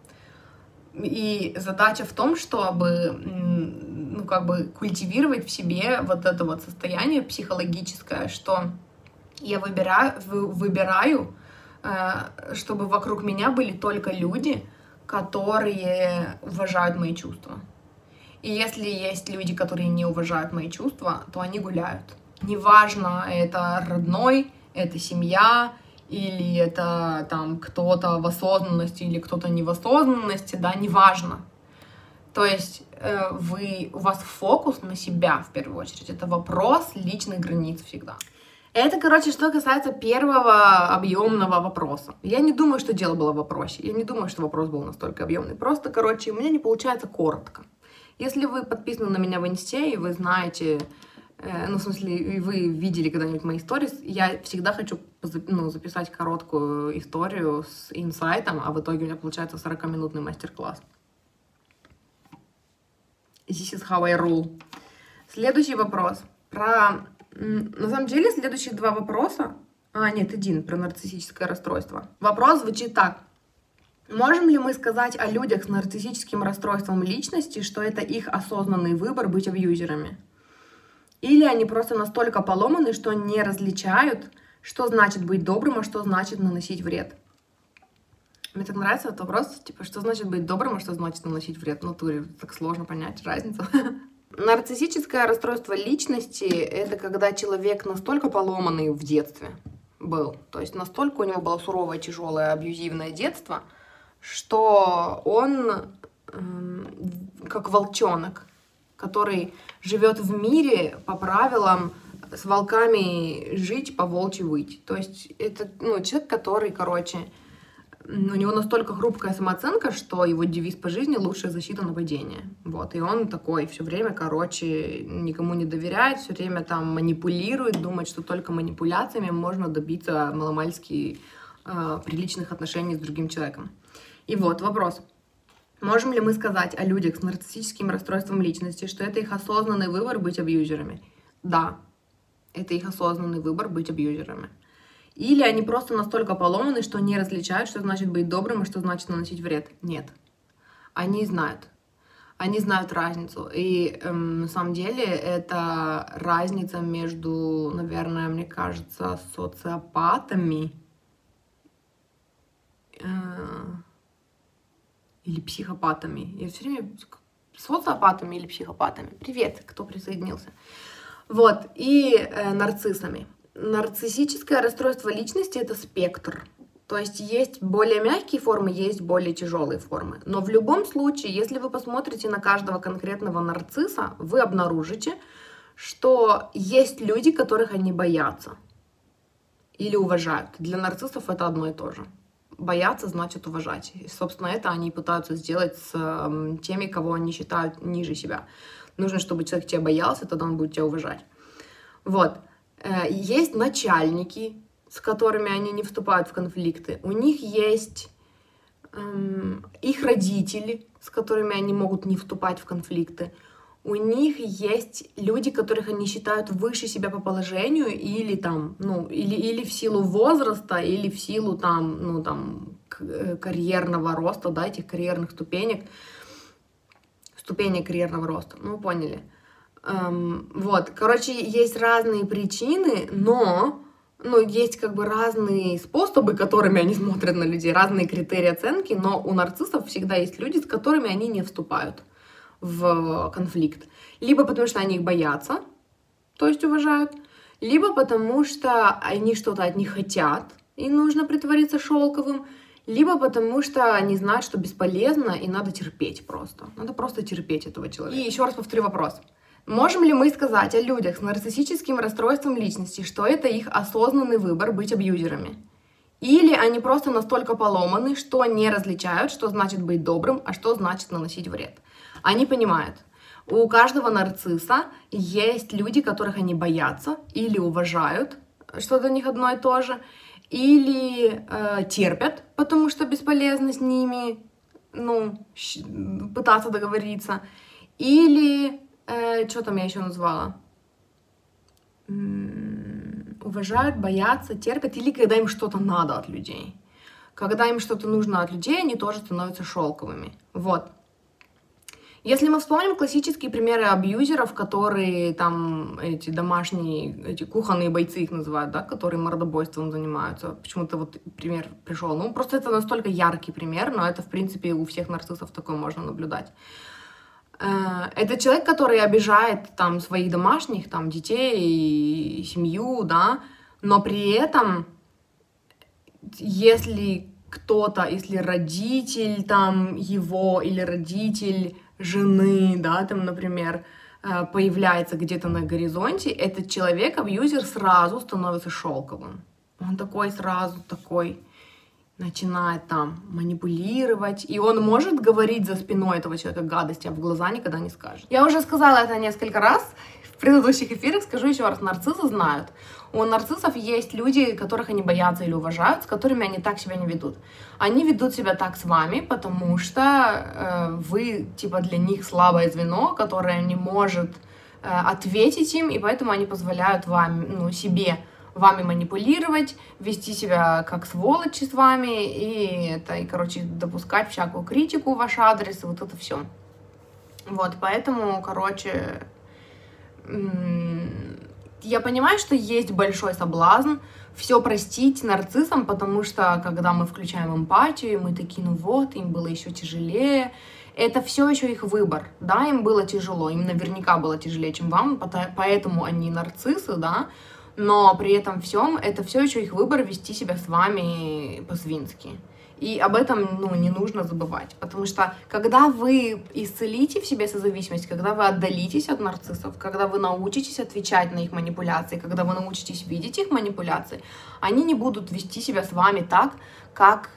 И задача в том, чтобы, культивировать в себе вот это вот состояние психологическое, что я выбираю, чтобы вокруг меня были только люди, которые уважают мои чувства. И если есть люди, которые не уважают мои чувства, то они гуляют. Неважно, это родной, это семья, или это там кто-то в осознанности, или кто-то не в осознанности, да, неважно. То есть у вас фокус на себя в первую очередь. Это вопрос личных границ всегда. Это, что касается первого объемного вопроса. Я не думаю, что дело было в вопросе. Я не думаю, что вопрос был настолько объемный. Просто, у меня не получается коротко. Если вы подписаны на меня в Инсте, и вы знаете... вы видели когда-нибудь мои сторис, я всегда хочу записать короткую историю с инсайтом, а в итоге у меня получается 40-минутный мастер-класс. This is how I rule. Следующий вопрос. На самом деле, следующие два вопроса... один про нарциссическое расстройство. Вопрос звучит так. Можем ли мы сказать о людях с нарциссическим расстройством личности, что это их осознанный выбор быть абьюзерами? Или они просто настолько поломаны, что не различают, что значит быть добрым, а что значит наносить вред. Мне так нравится этот вопрос, что значит быть добрым, а что значит наносить вред. В натуре так сложно понять разницу. Нарциссическое расстройство личности — это когда человек настолько поломанный в детстве был, то есть настолько у него было суровое, тяжелое, абьюзивное детство, что он как волчонок, который живет в мире по правилам с волками жить, по волчьи выть. То есть это человек, который, у него настолько хрупкая самооценка, что его девиз по жизни — лучшая защита нападения. Вот. И он такой все время, никому не доверяет, все время там манипулирует, думает, что только манипуляциями можно добиться маломальски приличных отношений с другим человеком. И вот вопрос. Можем ли мы сказать о людях с нарциссическим расстройством личности, что это их осознанный выбор быть абьюзерами? Да, это их осознанный выбор быть абьюзерами. Или они просто настолько поломаны, что не различают, что значит быть добрым и что значит наносить вред? Нет. Они знают. Они знают разницу. И на самом деле это разница между, наверное, мне кажется, социопатами или психопатами. Я все время социопатами или психопатами. Привет, кто присоединился. Вот, и нарциссами. Нарциссическое расстройство личности — это спектр. То есть есть более мягкие формы, есть более тяжелые формы. Но в любом случае, если вы посмотрите на каждого конкретного нарцисса, вы обнаружите, что есть люди, которых они боятся или уважают. Для нарциссов это одно и то же. Бояться значит уважать. И, собственно, это они пытаются сделать с теми, кого они считают ниже себя. Нужно, чтобы человек тебя боялся, тогда он будет тебя уважать. Вот. Есть начальники, с которыми они не вступают в конфликты. У них есть их родители, с которыми они могут не вступать в конфликты. У них есть люди, которых они считают выше себя по положению или или в силу возраста, или в силу карьерного роста, да, этих карьерных ступенек карьерного роста. Ну, поняли. Вот, есть разные причины, но есть разные способы, которыми они смотрят на людей, разные критерии оценки, но у нарциссов всегда есть люди, с которыми они не вступают в конфликт. Либо потому, что они их боятся, то есть уважают, либо потому, что они что-то от них хотят, и нужно притвориться шелковым, либо потому, что они знают, что бесполезно, и надо терпеть просто. Надо просто терпеть этого человека. И еще раз повторю вопрос. Можем ли мы сказать о людях с нарциссическим расстройством личности, что это их осознанный выбор быть абьюзерами? Или они просто настолько поломаны, что не различают, что значит быть добрым, а что значит наносить вред? Они понимают. У каждого нарцисса есть люди, которых они боятся или уважают, что для них одно и то же, или терпят, потому что бесполезно с ними пытаться договориться, или что там я еще назвала? Уважают, боятся, терпят, или когда им что-то надо от людей. Когда им что-то нужно от людей, они тоже становятся шелковыми. Вот. Если мы вспомним классические примеры абьюзеров, которые эти домашние, эти кухонные бойцы их называют, да, которые мордобойством занимаются. Почему-то вот пример пришел. Просто это настолько яркий пример, но это, в принципе, у всех нарциссов такое можно наблюдать. Это человек, который обижает своих домашних, детей, семью, да, но при этом, если родитель его или родитель жены, да, например, появляется где-то на горизонте, этот человек, абьюзер, сразу становится шелковым. Он сразу такой начинает манипулировать, и он может говорить за спиной этого человека гадости, а в глаза никогда не скажет. Я уже сказала это несколько раз в предыдущих эфирах, скажу еще раз, нарциссы знают. У нарциссов есть люди, которых они боятся или уважают, с которыми они так себя не ведут. Они ведут себя так с вами, потому что вы, для них слабое звено, которое не может ответить им, и поэтому они позволяют вам, себе вами манипулировать, вести себя как сволочи с вами, допускать всякую критику в ваш адрес, и вот это все. Вот, поэтому, я понимаю, что есть большой соблазн все простить нарциссам, потому что, когда мы включаем эмпатию, мы такие, им было еще тяжелее. Это все еще их выбор, да, им было тяжело, им наверняка было тяжелее, чем вам, поэтому они нарциссы, да, но при этом всем это все еще их выбор вести себя с вами по-свински. И об этом, не нужно забывать, потому что когда вы исцелите в себе созависимость, когда вы отдалитесь от нарциссов, когда вы научитесь отвечать на их манипуляции, когда вы научитесь видеть их манипуляции, они не будут вести себя с вами так, как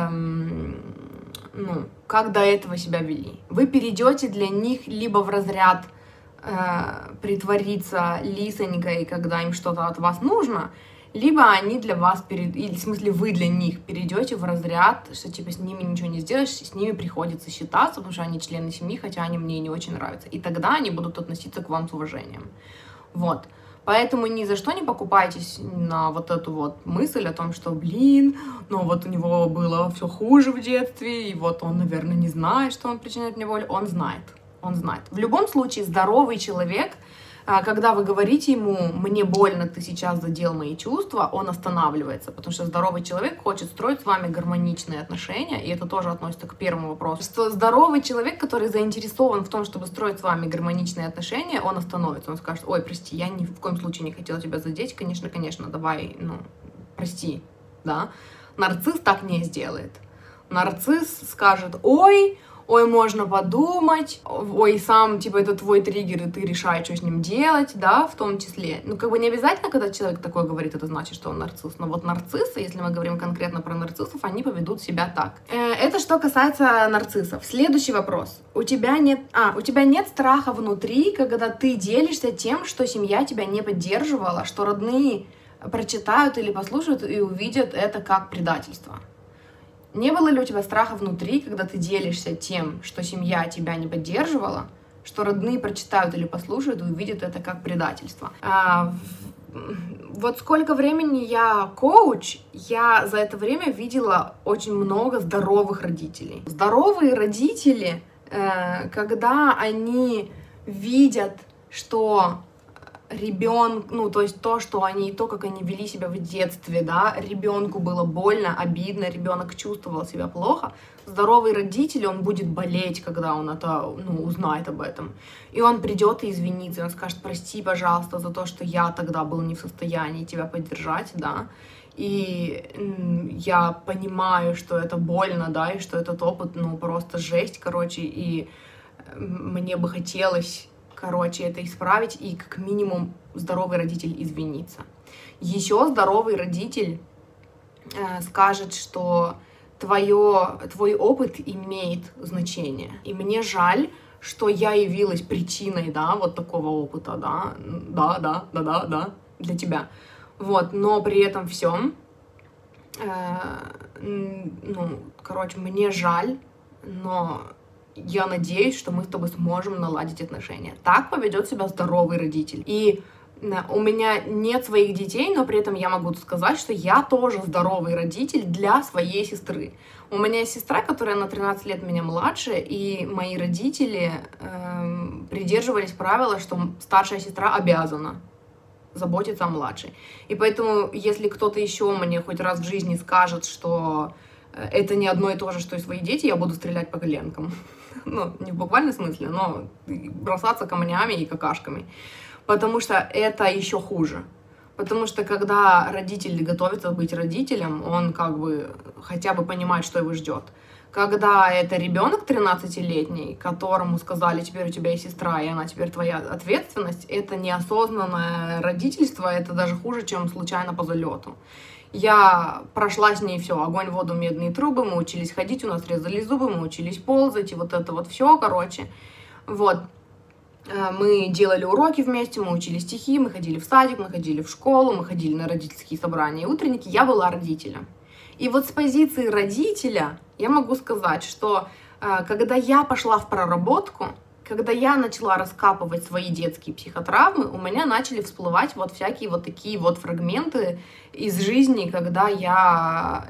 до этого себя вели. Вы перейдете для них либо в разряд притвориться лисонькой, когда им что-то от вас нужно, либо они для вас, или в смысле вы для них перейдете в разряд, что типа с ними ничего не сделаешь, с ними приходится считаться, потому что они члены семьи, хотя они мне не очень нравятся. И тогда они будут относиться к вам с уважением. Вот. Поэтому ни за что не покупайтесь на вот эту вот мысль о том, что, вот у него было все хуже в детстве, и вот он, наверное, не знает, что он причиняет мне боль. Он знает. В любом случае, здоровый человек, когда вы говорите ему: мне больно, ты сейчас задел мои чувства, он останавливается, потому что здоровый человек хочет строить с вами гармоничные отношения, и это тоже относится к первому вопросу. Что здоровый человек, который заинтересован в том, чтобы строить с вами гармоничные отношения, он остановится, он скажет: ой, прости, я ни в коем случае не хотела тебя задеть, конечно, давай, прости, да. Нарцисс так не сделает. Нарцисс скажет: ой, можно подумать, ой, сам, это твой триггер, и ты решай, что с ним делать, да, в том числе. Не обязательно, когда человек такое говорит, это значит, что он нарцисс, но вот нарциссы, если мы говорим конкретно про нарциссов, они поведут себя так. Это что касается нарциссов. Следующий вопрос. У тебя нет страха внутри, когда ты делишься тем, что семья тебя не поддерживала, что родные прочитают или послушают и увидят это как предательство? Не было ли у тебя страха внутри, когда ты делишься тем, что семья тебя не поддерживала, что родные прочитают или послушают и увидят это как предательство? Вот сколько времени я коуч, я за это время видела очень много здоровых родителей. Здоровые родители, когда они видят, что ребенок, то, как они вели себя в детстве, да, ребенку было больно, обидно, ребенок чувствовал себя плохо, здоровый родитель, он будет болеть, когда он узнает об этом. И он придет и извинится, он скажет: прости, пожалуйста, за то, что я тогда был не в состоянии тебя поддержать, да, и я понимаю, что это больно, да, и что этот опыт, просто жесть, и мне бы хотелось это исправить, и как минимум здоровый родитель извинится. Еще здоровый родитель скажет, что твой опыт имеет значение. И мне жаль, что я явилась причиной, да, вот такого опыта, да, для тебя. Вот, но при этом всем, мне жаль, но я надеюсь, что мы с тобой сможем наладить отношения. Так поведет себя здоровый родитель. И у меня нет своих детей, но при этом я могу сказать, что я тоже здоровый родитель для своей сестры. У меня есть сестра, которая на 13 лет меня младше, и мои родители придерживались правила, что старшая сестра обязана заботиться о младшей. И поэтому, если кто-то еще мне хоть раз в жизни скажет, что это не одно и то же, что и свои дети, я буду стрелять по коленкам. Не в буквальном смысле, но бросаться камнями и какашками. Потому что это еще хуже. Потому что когда родитель готовится быть родителем, он хотя бы понимает, что его ждет. Когда это ребенок 13-летний, которому сказали: теперь у тебя есть сестра, и она теперь твоя ответственность, это неосознанное родительство, это даже хуже, чем случайно по залету. Я прошла с ней все: огонь, воду, медные трубы, мы учились ходить, у нас резали зубы, мы учились ползать, и вот это вот все, Вот. Мы делали уроки вместе, мы учили стихи, мы ходили в садик, мы ходили в школу, мы ходили на родительские собрания и утренники. Я была родителем. И вот с позиции родителя я могу сказать, что когда я пошла в проработку, когда я начала раскапывать свои детские психотравмы, у меня начали всплывать всякие такие фрагменты из жизни, когда я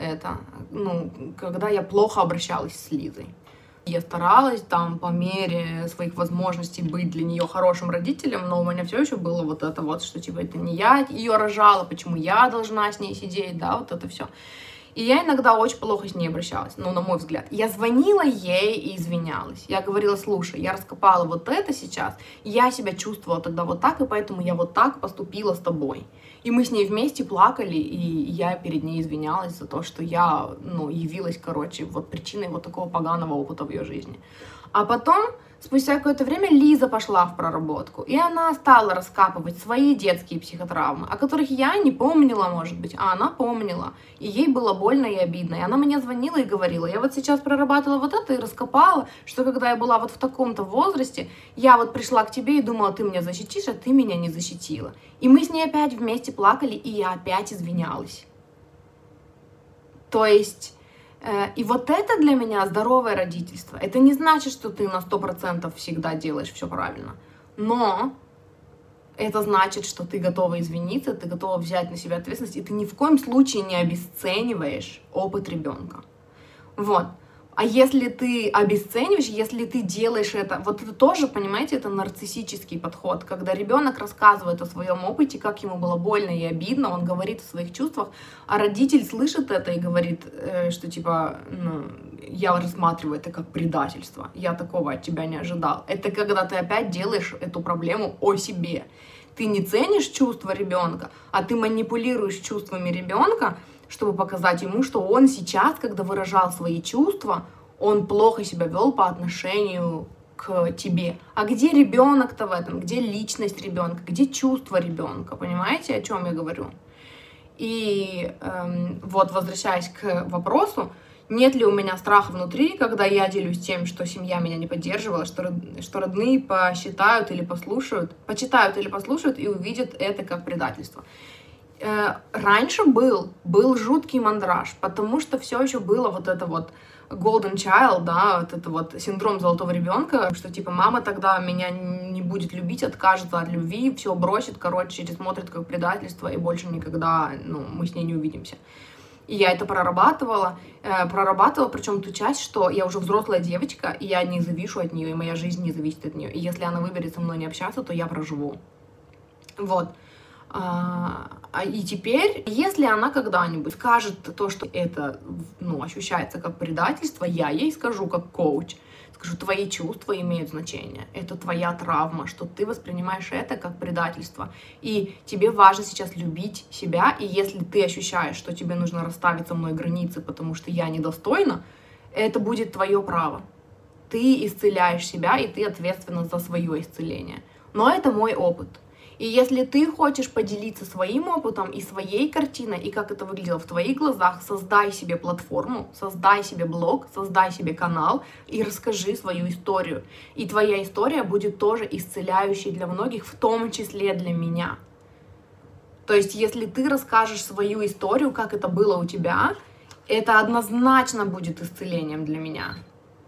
плохо обращалась с Лизой. Я старалась по мере своих возможностей быть для нее хорошим родителем, но у меня все еще было что это не я ее рожала, почему я должна с ней сидеть, да, это все. И я иногда очень плохо с ней обращалась, на мой взгляд. Я звонила ей и извинялась. Я говорила: слушай, я раскопала это сейчас, я себя чувствовала тогда так, и поэтому я так поступила с тобой. И мы с ней вместе плакали, и я перед ней извинялась за то, что я, явилась, вот причиной вот такого поганого опыта в ее жизни. А потом, спустя какое-то время, Лиза пошла в проработку, и она стала раскапывать свои детские психотравмы, о которых я не помнила, может быть, а она помнила, и ей было больно и обидно, и она мне звонила и говорила: я вот сейчас прорабатывала вот это и раскопала, что когда я была вот в таком-то возрасте, я вот пришла к тебе и думала, ты меня защитишь, а ты меня не защитила. И мы с ней опять вместе плакали, и я опять извинялась. То есть... И вот это для меня здоровое родительство. Это не значит, что ты на 100% всегда делаешь все правильно. Но это значит, что ты готова извиниться, ты готова взять на себя ответственность, и ты ни в коем случае не обесцениваешь опыт ребенка. Вот. А если ты обесцениваешь, если ты делаешь это, вот это тоже, понимаете, это нарциссический подход, когда ребенок рассказывает о своем опыте, как ему было больно и обидно, он говорит о своих чувствах, а родитель слышит это и говорит, что типа, я рассматриваю это как предательство, я такого от тебя не ожидал. Это когда ты опять делаешь эту проблему о себе. Ты не ценишь чувства ребенка, а ты манипулируешь чувствами ребенка, чтобы показать ему, что он сейчас, когда выражал свои чувства, он плохо себя вел по отношению к тебе. А где ребенок-то в этом? Где личность ребенка? Где чувство ребенка? Понимаете, о чем я говорю? И вот, возвращаясь к вопросу, нет ли у меня страха внутри, когда я делюсь тем, что семья меня не поддерживала, что родные почитают или послушают и увидят это как предательство. Раньше был жуткий мандраж, потому что все еще было вот это вот golden child, да, вот это вот синдром золотого ребенка, что типа мама тогда меня не будет любить, откажется от любви, все бросит, пересмотрит как предательство, и больше никогда, мы с ней не увидимся. И я это прорабатывала, причем ту часть, что я уже взрослая девочка, и я не завишу от нее, и моя жизнь не зависит от нее. И если она выберет со мной не общаться, то я проживу. Вот. И теперь, если она когда-нибудь скажет то, что это, ощущается как предательство, я ей скажу как коуч, скажу, твои чувства имеют значение, это твоя травма, что ты воспринимаешь это как предательство, и тебе важно сейчас любить себя, и если ты ощущаешь, что тебе нужно расставить со мной границы, потому что я недостойна, это будет твое право. Ты исцеляешь себя, и ты ответственна за свое исцеление. Но это мой опыт. И если ты хочешь поделиться своим опытом и своей картиной, и как это выглядело в твоих глазах, создай себе платформу, создай себе блог, создай себе канал и расскажи свою историю. И твоя история будет тоже исцеляющей для многих, в том числе для меня. То есть, если ты расскажешь свою историю, как это было у тебя, это однозначно будет исцелением для меня.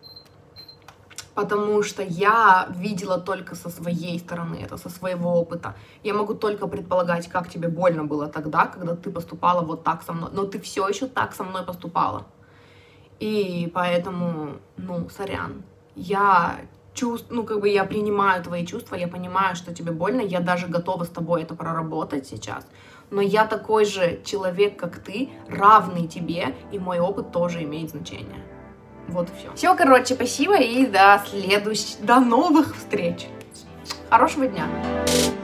Потому что я видела только со своей стороны, это со своего опыта. Я могу только предполагать, как тебе больно было тогда, когда ты поступала вот так со мной. Но ты все еще так со мной поступала. И поэтому, сорян. Я чувствую, я принимаю твои чувства, я понимаю, что тебе больно, я даже готова с тобой это проработать сейчас. Но я такой же человек, как ты, равный тебе, и мой опыт тоже имеет значение. Вот и все. Все, спасибо и до новых встреч. Хорошего дня.